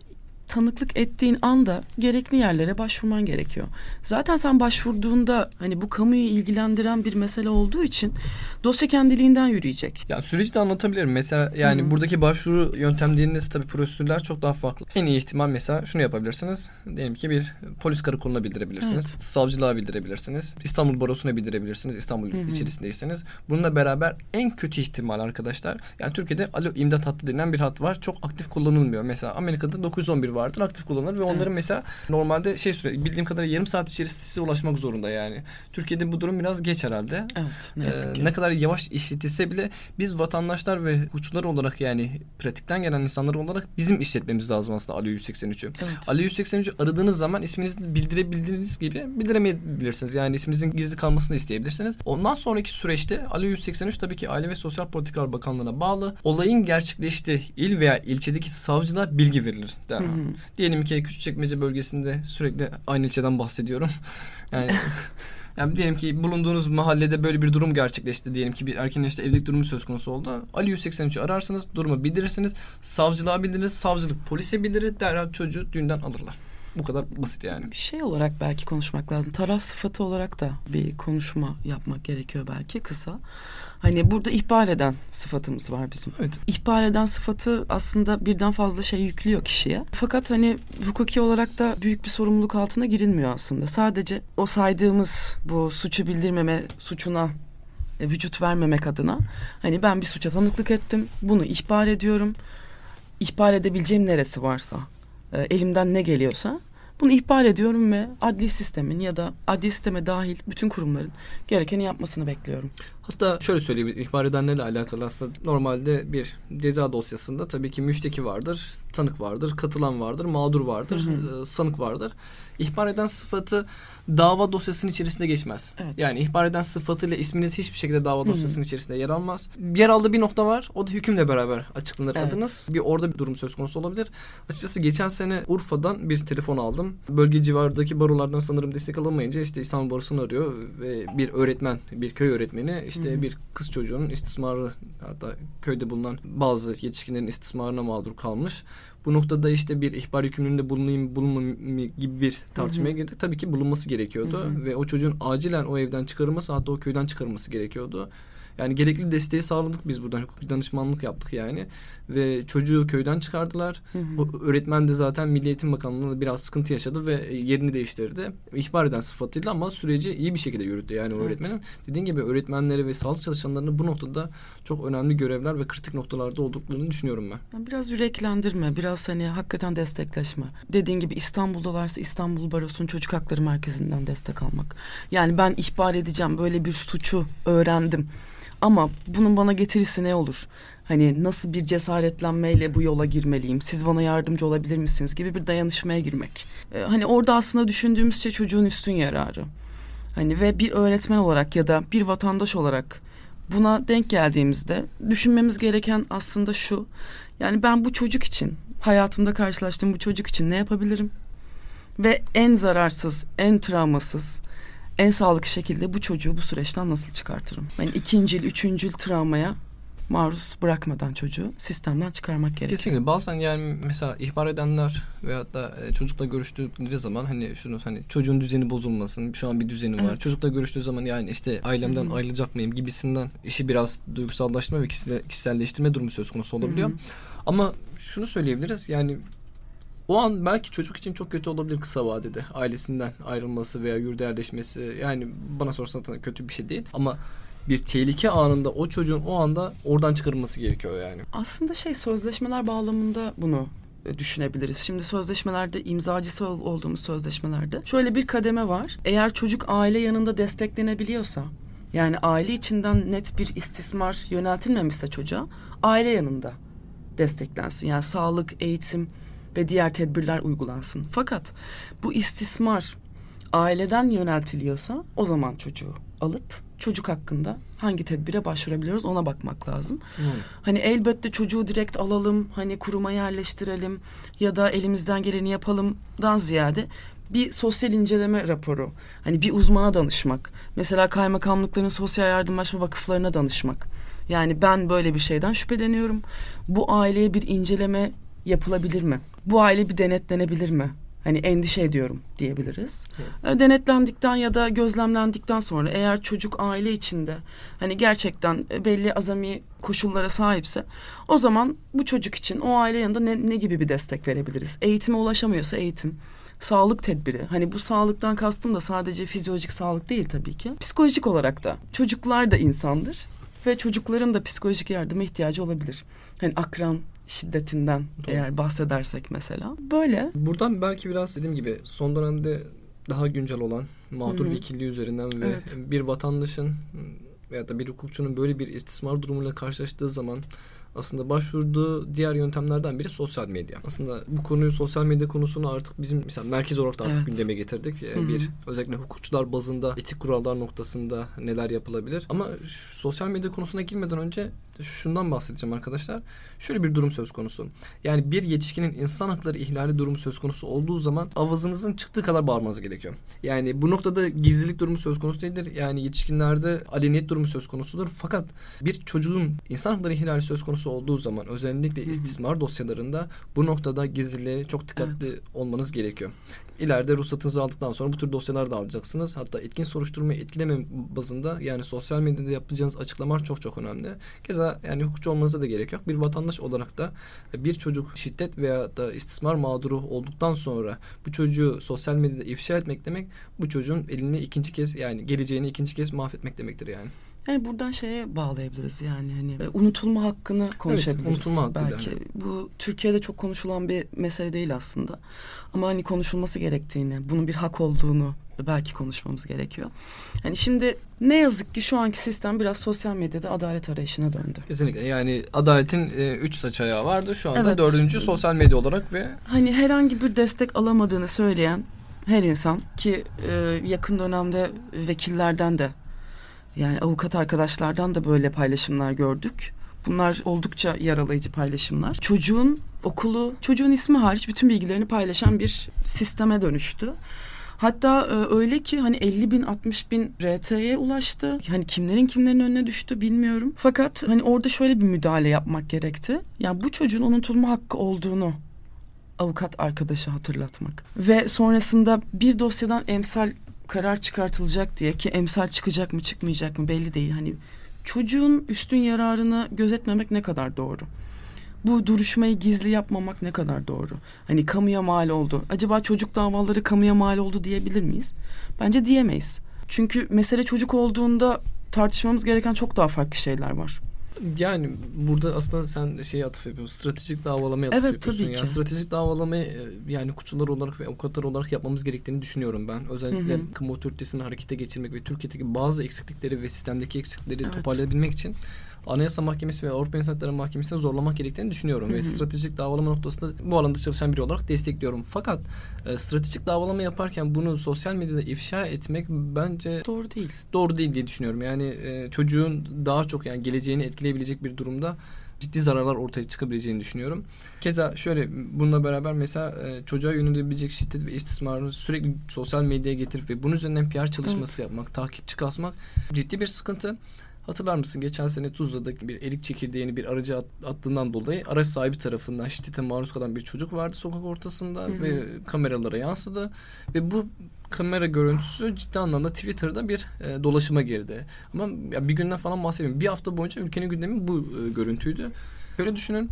tanıklık ettiğin anda gerekli yerlere başvurman gerekiyor. Zaten sen başvurduğunda hani bu kamuyu ilgilendiren bir mesele olduğu için dosya kendiliğinden yürüyecek. Ya süreci de anlatabilirim. Mesela yani hmm. buradaki başvuru yöntemleriniz tabii prosedürler çok daha farklı. En iyi ihtimal mesela şunu yapabilirsiniz. Diyelim ki bir polis karakoluna bildirebilirsiniz. Evet. Savcılığa bildirebilirsiniz. İstanbul Barosu'na bildirebilirsiniz. İstanbul hmm. içerisindeyseniz. Bununla beraber en kötü ihtimal arkadaşlar. Yani Türkiye'de alo imdat hattı denilen bir hat var. Çok aktif kullanılmıyor. Mesela Amerika'da dokuz yüz on bir vardır. Aktif kullanılır ve onların evet. mesela normalde şey süre bildiğim kadarıyla yarım saat içerisinde size ulaşmak zorunda yani. Türkiye'de bu durum biraz geç herhalde. Evet. Ne yazık ki. Ee, ne kadar yavaş işletilse bile biz vatandaşlar ve hukuçlar olarak yani pratikten gelen insanlar olarak bizim işletmemiz lazım aslında Alo yüz seksen üçü. Evet. Alo yüz seksen üçü aradığınız zaman isminizi bildirebildiğiniz gibi bildiremeyebilirsiniz. Yani isminizin gizli kalmasını isteyebilirsiniz. Ondan sonraki süreçte Alo yüz seksen üç tabii ki Aile ve Sosyal Politikalar Bakanlığı'na bağlı. Olayın gerçekleştiği il veya ilçedeki savcılığa bilgi verilir. Derhal. Diyelim ki Küçükçekmece bölgesinde sürekli aynı ilçeden bahsediyorum. Yani yani diyelim ki bulunduğunuz mahallede böyle bir durum gerçekleşti. Diyelim ki bir erken yaşta evlilik durumu söz konusu oldu. Alo yüz seksen üçü ararsınız, durumu bildirirsiniz. Savcılığa bildirir, savcılık polise bildirir. Derhal çocuğu düğünden alırlar. Bu kadar basit yani. Bir şey olarak belki konuşmak lazım. Taraf sıfatı olarak da bir konuşma yapmak gerekiyor belki kısa. Hani burada ihbar eden sıfatımız var bizim. Evet. İhbar eden sıfatı aslında birden fazla şey yüklüyor kişiye. Fakat hani hukuki olarak da büyük bir sorumluluk altına girilmiyor aslında. Sadece o saydığımız bu suçu bildirmeme suçuna e, vücut vermemek adına hani ben bir suça tanıklık ettim. Bunu ihbar ediyorum. İhbar edebileceğim neresi varsa, e, elimden ne geliyorsa bunu ihbar ediyorum ve adli sistemin ya da adli sisteme dahil bütün kurumların gerekeni yapmasını bekliyorum. Hatta şöyle söyleyeyim, ihbar edenlerle alakalı aslında normalde bir ceza dosyasında tabii ki müşteki vardır, tanık vardır, katılan vardır, mağdur vardır, hı hı. sanık vardır. İhbar eden sıfatı dava dosyasının içerisinde geçmez. Evet. Yani ihbar eden sıfatıyla isminiz hiçbir şekilde dava dosyasının hı hı. içerisinde yer almaz. Yer aldığı bir nokta var. O da hükümle beraber açıklanır evet. adınız. Bir orada bir durum söz konusu olabilir. Açıkçası geçen sene Urfa'dan bir telefon aldım. Bölge civarındaki barolardan sanırım destek alamayınca işte İstanbul Barosu'nu arıyor ve bir öğretmen, bir köy öğretmeni işte hı hı. bir kız çocuğunun istismarı, hatta köyde bulunan bazı yetişkinlerin istismarına mağdur kalmış. Bu noktada işte bir ihbar yükümlülüğünde bulunayım bulunmayayım gibi bir tartışmaya girdik. Tabii ki bulunması gerekiyordu. Hı hı. Ve o çocuğun acilen o evden çıkarılması, hatta o köyden çıkarılması gerekiyordu. Yani gerekli desteği sağladık biz buradan. Hukuki danışmanlık yaptık yani. Ve çocuğu köyden çıkardılar. Hı hı. O öğretmen de zaten Milli Eğitim Bakanlığı'nda biraz sıkıntı yaşadı ve yerini değiştirdi. İhbar eden sıfatıyla ama süreci iyi bir şekilde yürüttü yani evet. öğretmenin. Dediğin gibi öğretmenleri ve sağlık çalışanlarının bu noktada çok önemli görevler ve kritik noktalarda olduklarını düşünüyorum ben. Biraz yüreklendirme, biraz hani hakikaten destekleşme. Dediğin gibi İstanbul'dalarsa İstanbul Barosu'nun Çocuk Hakları Merkezi'nden destek almak. Yani ben ihbar edeceğim, böyle bir suçu öğrendim. Ama bunun bana getirisi ne olur? Hani nasıl bir cesaretlenmeyle bu yola girmeliyim? Siz bana yardımcı olabilir misiniz? Gibi bir dayanışmaya girmek. Ee, hani orada aslında düşündüğümüz şey çocuğun üstün yararı. Hani ve bir öğretmen olarak ya da bir vatandaş olarak buna denk geldiğimizde düşünmemiz gereken aslında şu. Yani ben bu çocuk için, hayatımda karşılaştığım bu çocuk için ne yapabilirim? Ve en zararsız, en travmasız, en sağlıklı şekilde bu çocuğu bu süreçten nasıl çıkartırım? Yani ikincil, üçüncül travmaya maruz bırakmadan çocuğu sistemden çıkarmak gerekiyor. Kesinlikle. Bazen yani mesela ihbar edenler veyahut da çocukla görüştükleri zaman hani şunu hani çocuğun düzeni bozulmasın, şu an bir düzeni var. Evet. Çocukla görüştüğü zaman yani işte ailemden Hı-hı. ayrılacak mıyım gibisinden işi biraz duygusallaştırma ve kişiselleştirme durumu söz konusu olabiliyor. Hı-hı. Ama şunu söyleyebiliriz yani o an belki çocuk için çok kötü olabilir kısa vadede. Ailesinden ayrılması veya yurda yerleşmesi. Yani bana sorsan kötü bir şey değil. Ama bir tehlike anında o çocuğun o anda oradan çıkarılması gerekiyor yani. Aslında şey sözleşmeler bağlamında bunu düşünebiliriz. Şimdi sözleşmelerde imzacısı olduğumuz sözleşmelerde şöyle bir kademe var. Eğer çocuk aile yanında desteklenebiliyorsa, yani aile içinden net bir istismar yöneltilmemişse çocuğa, aile yanında desteklensin. Yani sağlık, eğitim ve diğer tedbirler uygulansın. Fakat bu istismar aileden yöneltiliyorsa o zaman çocuğu alıp çocuk hakkında hangi tedbire başvurabiliyoruz ona bakmak lazım. Hmm. Hani elbette çocuğu direkt alalım, hani kuruma yerleştirelim ya da elimizden geleni yapalımdan ziyade bir sosyal inceleme raporu, hani bir uzmana danışmak. Mesela kaymakamlıkların sosyal yardımlaşma vakıflarına danışmak. Yani ben böyle bir şeyden şüpheleniyorum. Bu aileye bir inceleme yapılabilir mi? Bu aile bir denetlenebilir mi? Hani endişe ediyorum diyebiliriz. Evet. Denetlendikten ya da gözlemlendikten sonra eğer çocuk aile içinde hani gerçekten belli azami koşullara sahipse o zaman bu çocuk için o aile yanında ne, ne gibi bir destek verebiliriz? Eğitime ulaşamıyorsa eğitim, sağlık tedbiri. Hani bu sağlıktan kastım da sadece fizyolojik sağlık değil tabii ki. Psikolojik olarak da çocuklar da insandır ve çocukların da psikolojik yardıma ihtiyacı olabilir. Hani akran şiddetinden Doğru. eğer bahsedersek mesela. Böyle. Buradan belki biraz dediğim gibi son dönemde daha güncel olan mağdur vekilliği üzerinden ve evet. bir vatandaşın veya da bir hukukçunun böyle bir istismar durumuyla karşılaştığı zaman aslında başvurduğu diğer yöntemlerden biri sosyal medya. Aslında bu konuyu, sosyal medya konusunu artık bizim mesela merkez olarak da artık evet. gündeme getirdik. Hı-hı. Bir özellikle hukukçular bazında etik kurallar noktasında neler yapılabilir. Ama şu, sosyal medya konusuna girmeden önce şundan bahsedeceğim arkadaşlar. Şöyle bir durum söz konusu. Yani bir yetişkinin insan hakları ihlali durumu söz konusu olduğu zaman avazınızın çıktığı kadar bağırmanız gerekiyor. Yani bu noktada gizlilik durumu söz konusu değildir. Yani yetişkinlerde aleniyet durumu söz konusudur. Fakat bir çocuğun insan hakları ihlali söz konusu olduğu zaman özellikle istismar dosyalarında bu noktada gizliliğe çok dikkatli evet. olmanız gerekiyor. İleride ruhsatınızı aldıktan sonra bu tür dosyalar da alacaksınız. Hatta etkin soruşturmayı etkileme bazında yani sosyal medyada yapacağınız açıklamalar çok çok önemli. Keza yani hukukçu olmanıza da gerek yok. Bir vatandaş olarak da bir çocuk şiddet veya da istismar mağduru olduktan sonra bu çocuğu sosyal medyada ifşa etmek demek bu çocuğun elini ikinci kez yani geleceğini ikinci kez mahvetmek demektir yani. Yani buradan şeye bağlayabiliriz yani hani unutulma hakkını konuşabiliriz. Evet, unutulma hakkı belki. Yani. Bu Türkiye'de çok konuşulan bir mesele değil aslında. Ama hani konuşulması gerektiğini, bunun bir hak olduğunu belki konuşmamız gerekiyor. Hani şimdi ne yazık ki şu anki sistem biraz sosyal medyada adalet arayışına döndü. Kesinlikle yani adaletin e, üç saç ayağı vardı. Şu anda evet. dördüncü sosyal medya olarak ve... Hani herhangi bir destek alamadığını söyleyen her insan ki e, yakın dönemde vekillerden de yani avukat arkadaşlardan da böyle paylaşımlar gördük. Bunlar oldukça yaralayıcı paylaşımlar. Çocuğun okulu, çocuğun ismi hariç bütün bilgilerini paylaşan bir sisteme dönüştü. Hatta e, öyle ki hani elli bin altmış bin R T'ye ulaştı. Hani kimlerin kimlerin önüne düştü bilmiyorum. Fakat hani orada şöyle bir müdahale yapmak gerekti. Yani bu çocuğun unutulma hakkı olduğunu avukat arkadaşa hatırlatmak. Ve sonrasında bir dosyadan emsal karar çıkartılacak diye ki emsal çıkacak mı çıkmayacak mı belli değil. Hani çocuğun üstün yararını gözetmemek ne kadar doğru? Bu duruşmayı gizli yapmamak ne kadar doğru? Hani kamuya mal oldu. Acaba çocuk davaları kamuya mal oldu diyebilir miyiz? Bence diyemeyiz. Çünkü mesele çocuk olduğunda tartışmamız gereken çok daha farklı şeyler var. Yani burada aslında sen şeyi atıf yapıyorsun. Stratejik davalamaya atıf evet, yapıyorsun. Tabii yani ki. Stratejik davalamayı yani hukukçular olarak ve avukatlar olarak yapmamız gerektiğini düşünüyorum ben. Özellikle hı hı. kamu otoritesini harekete geçirmek ve Türkiye'deki bazı eksiklikleri ve sistemdeki eksiklikleri evet. toparlayabilmek için Anayasa Mahkemesi ve Avrupa İnsan Hakları Mahkemesi'ne zorlamak gerektiğini düşünüyorum. Hı hı. Ve stratejik davalama noktasında bu alanda çalışan biri olarak destekliyorum. Fakat e, stratejik davalama yaparken bunu sosyal medyada ifşa etmek bence doğru değil. Doğru değil diye düşünüyorum. Yani e, çocuğun daha çok yani geleceğini etkileyebilecek bir durumda ciddi zararlar ortaya çıkabileceğini düşünüyorum. Keza şöyle bununla beraber mesela e, çocuğa yönelebilecek şiddet ve istismarını sürekli sosyal medyaya getirip ve bunun üzerinden P R çalışması evet. yapmak, takipçi kasmak ciddi bir sıkıntı. Hatırlar mısın? Geçen sene Tuzla'daki bir erik çekirdeğini bir aracı attığından dolayı araç sahibi tarafından şiddete maruz kalan bir çocuk vardı sokak ortasında hı hı. ve kameralara yansıdı. Ve bu kamera görüntüsü ciddi anlamda Twitter'da bir e, dolaşıma girdi. Ama ya bir günden falan bahsedeyim. Bir hafta boyunca ülkenin gündemi bu e, görüntüydü. Şöyle düşünün.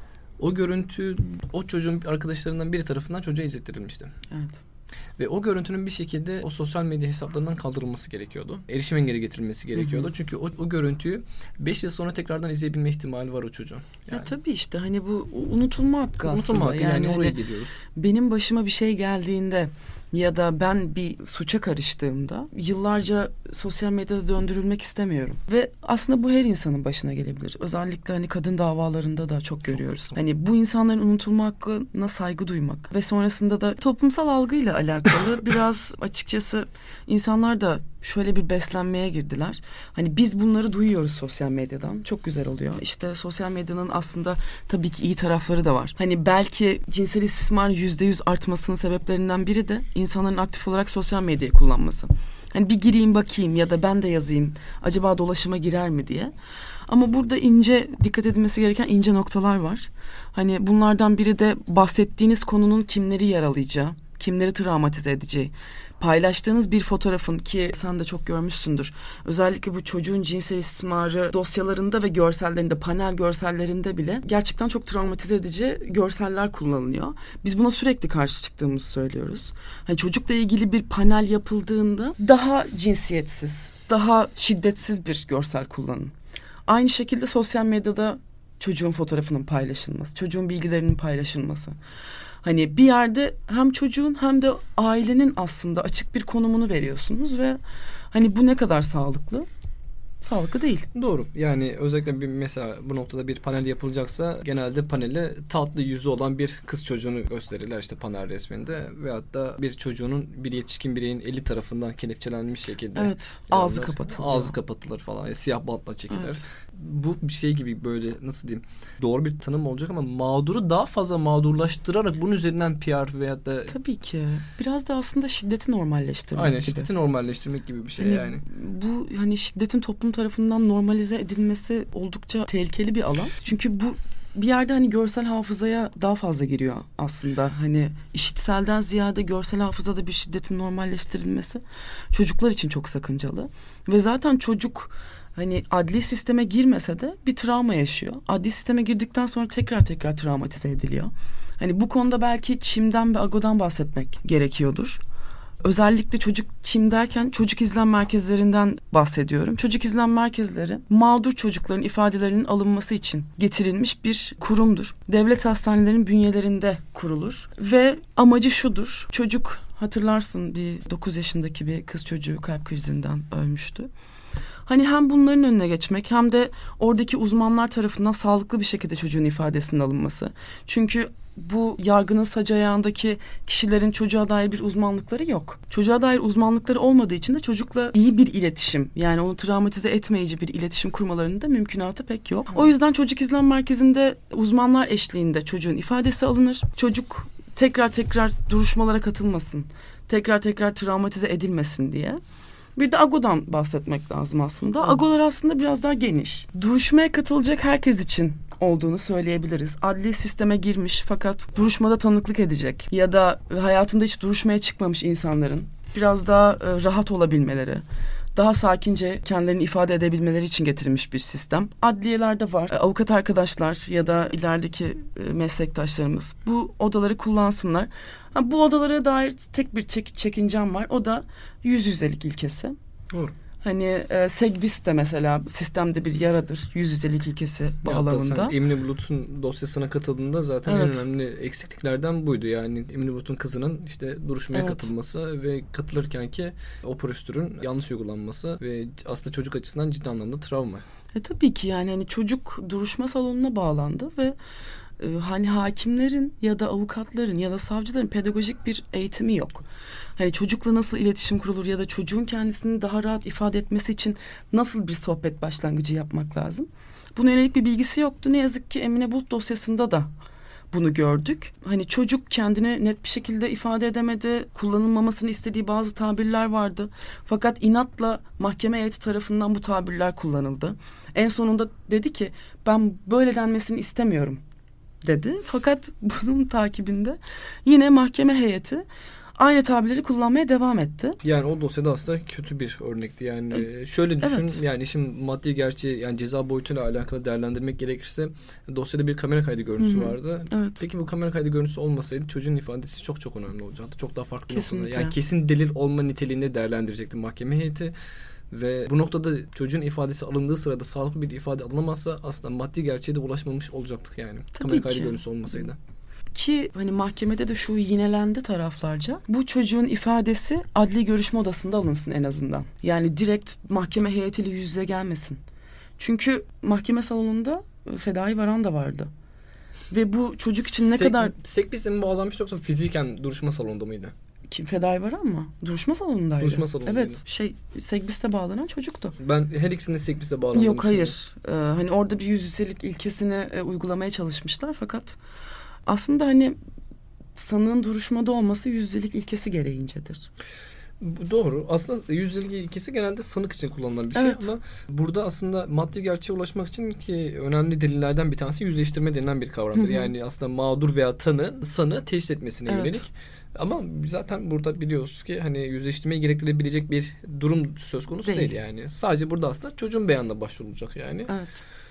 O görüntü o çocuğun arkadaşlarından biri tarafından çocuğa izlettirilmişti. Evet. Ve o görüntünün bir şekilde o sosyal medya hesaplarından kaldırılması gerekiyordu. Erişim engeli getirilmesi gerekiyordu. Hı hı. Çünkü o, o görüntüyü beş yıl sonra tekrardan izleyebilme ihtimali var o çocuğun. Yani. Ya tabii işte hani bu unutulma hakkı aslında. Unutulma hakkı yani, yani oraya hani gidiyoruz. Benim başıma bir şey geldiğinde ya da ben bir suça karıştığımda yıllarca sosyal medyada döndürülmek istemiyorum. Ve aslında bu her insanın başına gelebilir. Özellikle hani kadın davalarında da çok görüyoruz. Çok hani bu insanların unutulma hakkına saygı duymak ve sonrasında da toplumsal algıyla alakalı biraz açıkçası insanlar da şöyle bir beslenmeye girdiler. Hani biz bunları duyuyoruz sosyal medyadan. Çok güzel oluyor. İşte sosyal medyanın aslında tabii ki iyi tarafları da var. Hani belki cinsel istismar yüzde yüz artmasının sebeplerinden biri de insanların aktif olarak sosyal medyayı kullanması. Hani bir gireyim bakayım ya da ben de yazayım. Acaba dolaşıma girer mi diye. Ama burada ince, dikkat edilmesi gereken ince noktalar var. Hani bunlardan biri de bahsettiğiniz konunun kimleri yaralayacağı, kimleri travmatize edeceği. Paylaştığınız bir fotoğrafın, ki sen de çok görmüşsündür, özellikle bu çocuğun cinsel istismarı dosyalarında ve görsellerinde, panel görsellerinde bile gerçekten çok travmatize edici görseller kullanılıyor. Biz buna sürekli karşı çıktığımızı söylüyoruz. Hani çocukla ilgili bir panel yapıldığında daha cinsiyetsiz, daha şiddetsiz bir görsel kullanın. Aynı şekilde sosyal medyada çocuğun fotoğrafının paylaşılması, çocuğun bilgilerinin paylaşılması. Hani bir yerde hem çocuğun hem de ailenin aslında açık bir konumunu veriyorsunuz ve hani bu ne kadar sağlıklı? Sağlıklı değil. Doğru. Yani özellikle bir mesela bu noktada bir panel yapılacaksa genelde panele tatlı yüzü olan bir kız çocuğunu gösterirler işte panel resminde, veyahut da bir çocuğunun, bir yetişkin bireyin eli tarafından kelepçelenmiş şekilde. Evet. Ağzı kapatılır. Ağzı kapatılır falan. Yani siyah bantla çekilir. Evet. Bu bir şey gibi, böyle nasıl diyeyim, doğru bir tanım olacak ama mağduru daha fazla mağdurlaştırarak bunun üzerinden P R veyahut da... Tabii ki. Biraz da aslında şiddeti normalleştirmek Aynen, gibi. şiddeti normalleştirmek gibi bir şey hani yani. Bu hani şiddetin toplum tarafından normalize edilmesi oldukça tehlikeli bir alan. Çünkü bu bir yerde hani görsel hafızaya daha fazla giriyor aslında. Hani işitselden ziyade görsel hafızada bir şiddetin normalleştirilmesi çocuklar için çok sakıncalı. Ve zaten çocuk hani adli sisteme girmese de bir travma yaşıyor. Adli sisteme girdikten sonra tekrar tekrar travmatize ediliyor. Hani bu konuda belki ÇİM'den ve AGO'dan bahsetmek gerekiyordur. Özellikle çocuk ÇİM derken çocuk izlem merkezlerinden bahsediyorum. Çocuk izlem merkezleri mağdur çocukların ifadelerinin alınması için getirilmiş bir kurumdur. Devlet hastanelerinin bünyelerinde kurulur ve amacı şudur. Çocuk, hatırlarsın, bir dokuz yaşındaki bir kız çocuğu kalp krizinden ölmüştü. Hani hem bunların önüne geçmek hem de oradaki uzmanlar tarafından sağlıklı bir şekilde çocuğun ifadesinin alınması. Çünkü bu yargının sac ayağındaki kişilerin çocuğa dair bir uzmanlıkları yok. Çocuğa dair uzmanlıkları olmadığı için de çocukla iyi bir iletişim, yani onu travmatize etmeyici bir iletişim kurmalarının da mümkünatı pek yok. O yüzden çocuk izlem merkezinde uzmanlar eşliğinde çocuğun ifadesi alınır. Çocuk tekrar tekrar duruşmalara katılmasın, tekrar tekrar travmatize edilmesin diye. Bir de AGO'dan bahsetmek lazım aslında. Hı. AGO'lar aslında biraz daha geniş. Duruşmaya katılacak herkes için olduğunu söyleyebiliriz. Adli sisteme girmiş fakat duruşmada tanıklık edecek ya da hayatında hiç duruşmaya çıkmamış insanların biraz daha e, rahat olabilmeleri, daha sakince kendilerini ifade edebilmeleri için getirilmiş bir sistem. Adliyelerde var. E, avukat arkadaşlar ya da ilerideki e, meslektaşlarımız bu odaları kullansınlar. Ha, bu odalara dair tek bir çek- çekincem var. O da yüz yüzelik ilkesi. Doğru. Hani e, Segbis de mesela sistemde bir yaradır. Yüz yüzelik ilkesi bağlamında. Sen Emine Bulut'un dosyasına katıldığında zaten evet. en önemli eksikliklerden buydu. Yani Emine Bulut'un kızının işte duruşmaya evet. katılması ve katılırken ki o prosedürün yanlış uygulanması ve aslında çocuk açısından ciddi anlamda travma. E tabii ki yani hani çocuk duruşma salonuna bağlandı ve e, hani hakimlerin ya da avukatların ya da savcıların pedagojik bir eğitimi yok. Hani çocukla nasıl iletişim kurulur ya da çocuğun kendisini daha rahat ifade etmesi için nasıl bir sohbet başlangıcı yapmak lazım. Buna yönelik bir bilgisi yoktu. Ne yazık ki Emine Bulut dosyasında da bunu gördük. Hani çocuk kendini net bir şekilde ifade edemedi. Kullanılmamasını istediği bazı tabirler vardı. Fakat inatla mahkeme heyeti tarafından bu tabirler kullanıldı. En sonunda dedi ki ben böyle denmesini istemiyorum dedi. Fakat bunun takibinde yine mahkeme heyeti aynı tabirleri kullanmaya devam etti. Yani o dosyada aslında kötü bir örnekti. Yani evet. şöyle düşün, evet. yani işin maddi gerçeği, yani ceza boyutuyla alakalı değerlendirmek gerekirse dosyada bir kamera kaydı görüntüsü Hı-hı. vardı. Evet. Peki bu kamera kaydı görüntüsü olmasaydı çocuğun ifadesi çok çok önemli olacaktı. Çok daha farklı noktada. Yani kesin delil olma niteliğinde değerlendirecekti mahkeme heyeti. Ve bu noktada çocuğun ifadesi alındığı sırada sağlıklı bir ifade alınamazsa aslında maddi gerçeğe de ulaşmamış olacaktık yani. Tabii kamera kaydı görüntüsü olmasaydı. Ki hani mahkemede de şu yinelendi taraflarca. Bu çocuğun ifadesi adli görüşme odasında alınsın en azından. Yani direkt mahkeme heyetiyle yüz yüze gelmesin. Çünkü mahkeme salonunda Fedai Varan da vardı. Ve bu çocuk için ne Sek, kadar... Sekbis'le mi bağlanmış yoksa fiziken duruşma salonunda mıydı? Kim? Fedai Varan mı? Duruşma salonundaydı. Duruşma salonundaydı. Evet. Şey, Segbis'te bağlanan çocuktu. Ben her ikisinin Segbis'te bağlandığını Yok hayır. Ee, hani orada bir yüz yüzelik ilkesini e, uygulamaya çalışmışlar fakat aslında hani sanığın duruşmada olması yüz yüzelik ilkesi gereğincedir. Doğru. Aslında yüzdelik ilkesi genelde sanık için kullanılan bir şey Evet. ama burada aslında maddi gerçeğe ulaşmak için ki önemli delillerden bir tanesi yüzleştirme denilen bir kavramdır. Hı hı. Yani aslında mağdur veya tanı sanı teşhis etmesine Evet. yönelik. Ama zaten burada biliyoruz ki hani yüzleştirmeyi gerektirebilecek bir durum söz konusu değil, Değil. yani. Sadece burada aslında çocuğun beyanına başvurulacak yani. Evet.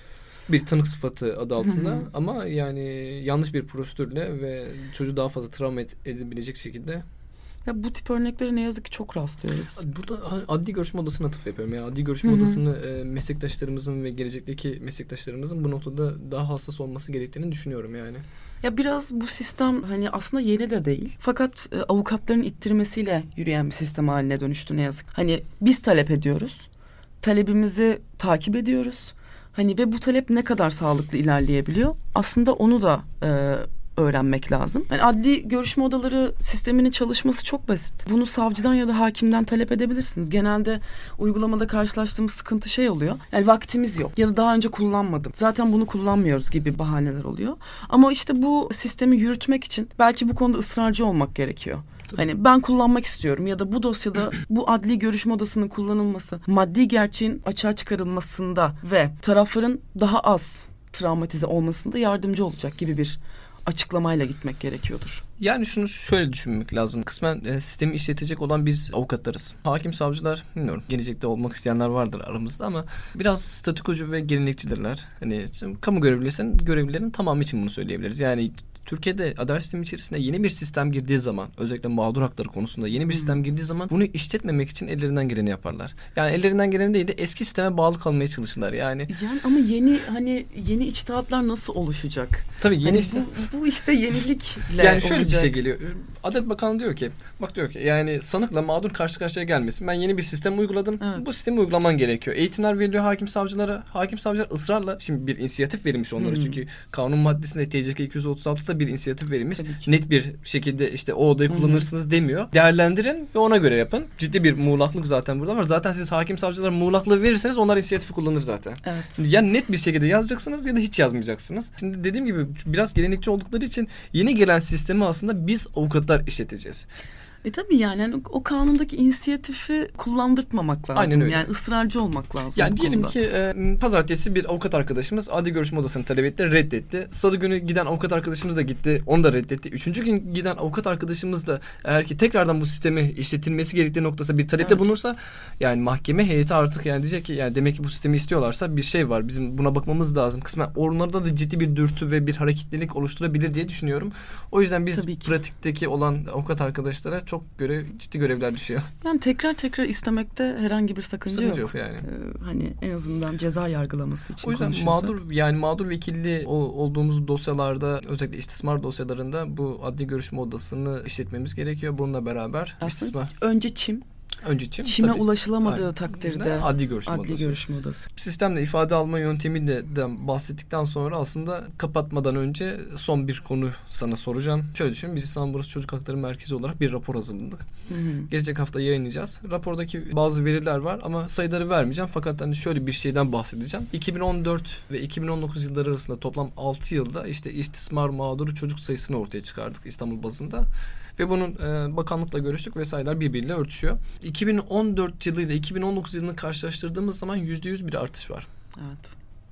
Bir tanık sıfatı adı altında Hı hı. ama yani yanlış bir prosedürle ve çocuğu daha fazla travma ed- edebilecek şekilde. Ya bu tip örneklere ne yazık ki çok rastlıyoruz. Burada hani adli görüşme odasına atıf yapıyorum. Yani adli görüşme Hı hı. odasını e, meslektaşlarımızın ve gelecekteki meslektaşlarımızın bu noktada daha hassas olması gerektiğini düşünüyorum yani. Ya biraz bu sistem hani aslında yeni de değil. Fakat e, avukatların ittirmesiyle yürüyen bir sistem haline dönüştü ne yazık. Hani biz talep ediyoruz. Talebimizi takip ediyoruz. Hani ve bu talep ne kadar sağlıklı ilerleyebiliyor? Aslında onu da e, öğrenmek lazım. Yani adli görüşme odaları sisteminin çalışması çok basit. Bunu savcıdan ya da hakimden talep edebilirsiniz. Genelde uygulamada karşılaştığımız sıkıntı şey oluyor. Yani vaktimiz yok ya da daha önce kullanmadım. Zaten bunu kullanmıyoruz gibi bahaneler oluyor. Ama işte bu sistemi yürütmek için belki bu konuda ısrarcı olmak gerekiyor. Tabii. Hani ben kullanmak istiyorum ya da bu dosyada bu adli görüşme odasının kullanılması, maddi gerçeğin açığa çıkarılmasında ve tarafların daha az travmatize olmasında yardımcı olacak gibi bir açıklamayla gitmek gerekiyordur. Yani şunu şöyle düşünmek lazım. Kısmen e, sistemi işletecek olan biz avukatlarız. Hakim, savcılar bilmiyorum. Gelecekte olmak isteyenler vardır aramızda ama biraz statükocu ve gelenekçidirler. Hani kamu görevlilerinin görevlilerin tamamı için bunu söyleyebiliriz. Yani Türkiye'de adalet sistemi içerisinde yeni bir sistem girdiği zaman, özellikle mağdur hakları konusunda yeni bir Hmm. sistem girdiği zaman bunu işletmemek için ellerinden geleni yaparlar. Yani ellerinden geleni değil de eski sisteme bağlı kalmaya çalışırlar. Yani Yani ama yeni hani yeni içtihatlar nasıl oluşacak? tabii yeni Hani işte. bu, bu işte yenilikle Yani şöyle olacak. bir şey geliyor. Adalet Bakanı diyor ki, bak diyor ki yani sanıkla mağdur karşı karşıya gelmesin. Ben yeni bir sistem uyguladım. Evet. Bu sistemi uygulaman gerekiyor. Eğitimler veriliyor hakim savcılara. Hakim savcılar ısrarla şimdi bir inisiyatif verilmiş onlara. Hmm. çünkü kanun maddesinde T C K iki yüz otuz altıda bir inisiyatif verilmiş. Tabii ki. Net bir şekilde işte o odayı Hı hı. kullanırsınız demiyor. Değerlendirin ve ona göre yapın. Ciddi bir muğlaklık zaten burada var. Zaten siz hakim savcılara muğlaklığı verirseniz onlar inisiyatifi kullanır zaten. Evet. Ya net bir şekilde yazacaksınız ya da hiç yazmayacaksınız. Şimdi dediğim gibi biraz gelenekçi oldukları için yeni gelen sistemi aslında biz avukatlar işleteceğiz. E tabii yani, yani o kanundaki inisiyatifi kullandırtmamak lazım. Aynen öyle. Yani ısrarcı olmak lazım. Yani bu diyelim konuda. ki e, pazartesi bir avukat arkadaşımız adli görüşme odasını talep etti, reddetti. Salı günü giden avukat arkadaşımız da gitti, onu da reddetti. Üçüncü gün giden avukat arkadaşımız da eğer ki tekrardan bu sistemi işletilmesi gerektiği noktasında bir talepte Evet. bulunursa yani mahkeme heyeti artık yani diyecek ki yani demek ki bu sistemi istiyorlarsa bir şey var. Bizim buna bakmamız lazım. Kısmen onlarda da ciddi bir dürtü ve bir hareketlilik oluşturabilir diye düşünüyorum. O yüzden biz Tabii ki. pratikteki olan avukat arkadaşlara çok görev, ciddi görevler düşüyor. Yani tekrar tekrar istemekte herhangi bir sakınca, Sakınca yok. yok yani. Ee, hani en azından ceza yargılaması için O yüzden konuşuyorsak. mağdur yani mağdur vekilli o- olduğumuz dosyalarda özellikle istismar dosyalarında bu adli görüşme odasını işletmemiz gerekiyor. Bununla beraber Aslında istismar önce çim, önce çim, çime tabii. ulaşılamadığı Aynen. takdirde adli görüşme adli odası. görüşme odası. Sistemle ifade alma yöntemiyle de bahsettikten sonra aslında kapatmadan önce son bir konu sana soracağım. Şöyle düşün, biz İstanbul Burası Çocuk Hakları Merkezi olarak bir rapor hazırladık. Hı hı. Gelecek hafta yayınlayacağız. Rapordaki bazı veriler var ama sayıları vermeyeceğim. Fakat hani şöyle bir şeyden bahsedeceğim. iki bin on dört ve iki bin on dokuz yılları arasında toplam altı yılda işte istismar mağduru çocuk sayısını ortaya çıkardık İstanbul bazında. Ve bunun e, bakanlıkla görüştük ve sayılar birbiriyle örtüşüyor. iki bin on dört yılıyla iki bin on dokuz yılını karşılaştırdığımız zaman yüzde yüz bir artış var. Evet.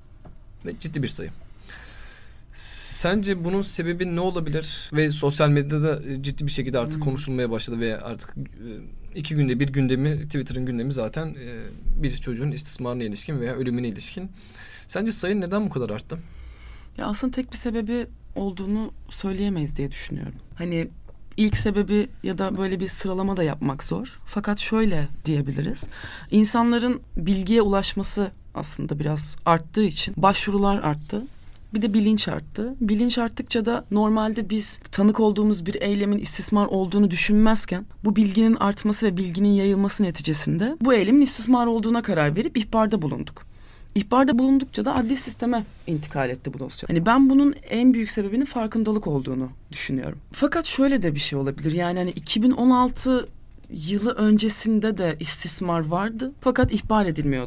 Ve ciddi bir sayı. Sence bunun sebebi ne olabilir? Ve sosyal medyada ciddi bir şekilde artık Hmm. konuşulmaya başladı ve artık iki günde bir gündemi, Twitter'ın gündemi zaten bir çocuğun istismarına ilişkin veya ölümüne ilişkin. Sence sayı neden bu kadar arttı? Ya aslında tek bir sebebi olduğunu söyleyemeyiz diye düşünüyorum. Hani ilk sebebi ya da böyle bir sıralama da yapmak zor. Fakat şöyle diyebiliriz. İnsanların bilgiye ulaşması aslında biraz arttığı için başvurular arttı. Bir de bilinç arttı. Bilinç arttıkça da normalde biz tanık olduğumuz bir eylemin istismar olduğunu düşünmezken bu bilginin artması ve bilginin yayılması neticesinde bu eylemin istismar olduğuna karar verip ihbarda bulunduk. İhbarda bulundukça da adli sisteme intikal etti bu dosya. Hani ben bunun en büyük sebebinin farkındalık olduğunu düşünüyorum. Fakat şöyle de bir şey olabilir. Yani hani iki bin on altı yılı öncesinde de istismar vardı fakat ihbar edilmiyordu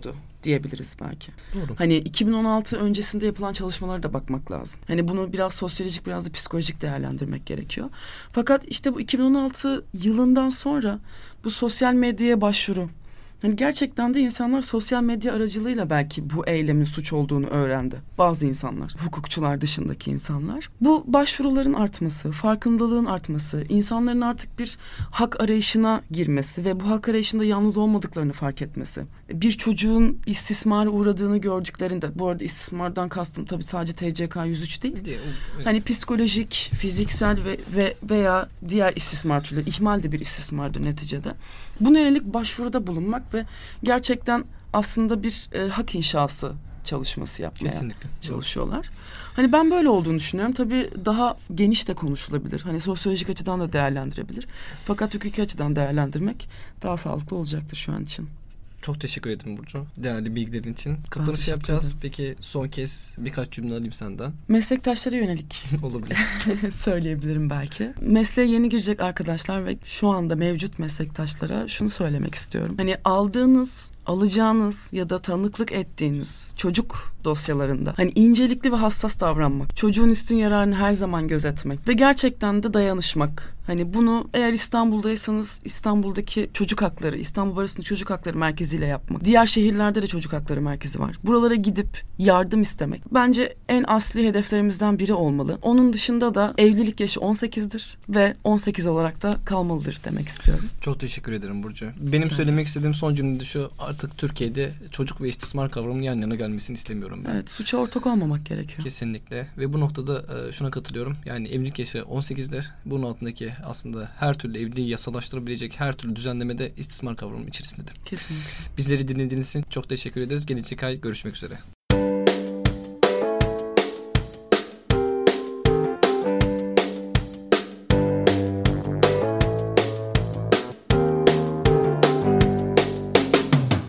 diyebiliriz belki. Doğru. Hani iki bin on altı öncesinde yapılan çalışmalara da bakmak lazım. Hani bunu biraz sosyolojik biraz da psikolojik değerlendirmek gerekiyor. Fakat işte bu iki bin on altı yılından sonra bu sosyal medyaya başvuru. Hani gerçekten de insanlar sosyal medya aracılığıyla belki bu eylemin suç olduğunu öğrendi. Bazı insanlar, hukukçular dışındaki insanlar. Bu başvuruların artması, farkındalığın artması, insanların artık bir hak arayışına girmesi ve bu hak arayışında yalnız olmadıklarını fark etmesi. Bir çocuğun istismara uğradığını gördüklerinde, bu arada istismardan kastım tabii sadece T C K yüz üç değil. Değil, evet. Hani psikolojik, fiziksel ve, ve veya diğer istismar türleri, ihmal de bir istismardır neticede. Buna yönelik başvuruda bulunmak ve gerçekten aslında bir e, hak inşası çalışması yapmaya Kesinlikle. çalışıyorlar. Hani ben böyle olduğunu düşünüyorum. Tabii daha geniş de konuşulabilir. Hani sosyolojik açıdan da değerlendirebilir. Fakat hukuki açıdan değerlendirmek daha sağlıklı olacaktır şu an için. Çok teşekkür ederim Burcu. Değerli bilgilerin için. Kapanış yapacağız. Ederim. Peki son kez birkaç cümle alayım senden. Meslektaşlara yönelik. Olabilir. Söyleyebilirim belki. Mesleğe yeni girecek arkadaşlar ve şu anda mevcut meslektaşlara şunu söylemek istiyorum. Hani aldığınız, alacağınız ya da tanıklık ettiğiniz çocuk dosyalarında hani incelikli ve hassas davranmak, çocuğun üstün yararını her zaman gözetmek ve gerçekten de dayanışmak. Hani bunu eğer İstanbul'daysanız İstanbul'daki çocuk hakları, İstanbul Barosu'nun çocuk hakları merkeziyle yapmak. Diğer şehirlerde de çocuk hakları merkezi var. Buralara gidip yardım istemek. Bence en asli hedeflerimizden biri olmalı. Onun dışında da evlilik yaşı on sekizdir ve on sekiz olarak da kalmalıdır demek istiyorum. Çok teşekkür ederim Burcu. Benim Rica söylemek ederim. istediğim son cümle de şu: artık Türkiye'de çocuk ve istismar kavramının yan yana gelmesini istemiyorum ben. Evet, suça ortak olmamak gerekiyor. Kesinlikle ve bu noktada şuna katılıyorum. Yani evlilik yaşı on sekizdir. Bunun altındaki aslında her türlü evliliği yasalaştırabilecek her türlü düzenlemede istismar kavramının içerisindedir. Kesinlikle. Bizleri dinlediğiniz için çok teşekkür ederiz. Gelecek ay görüşmek üzere.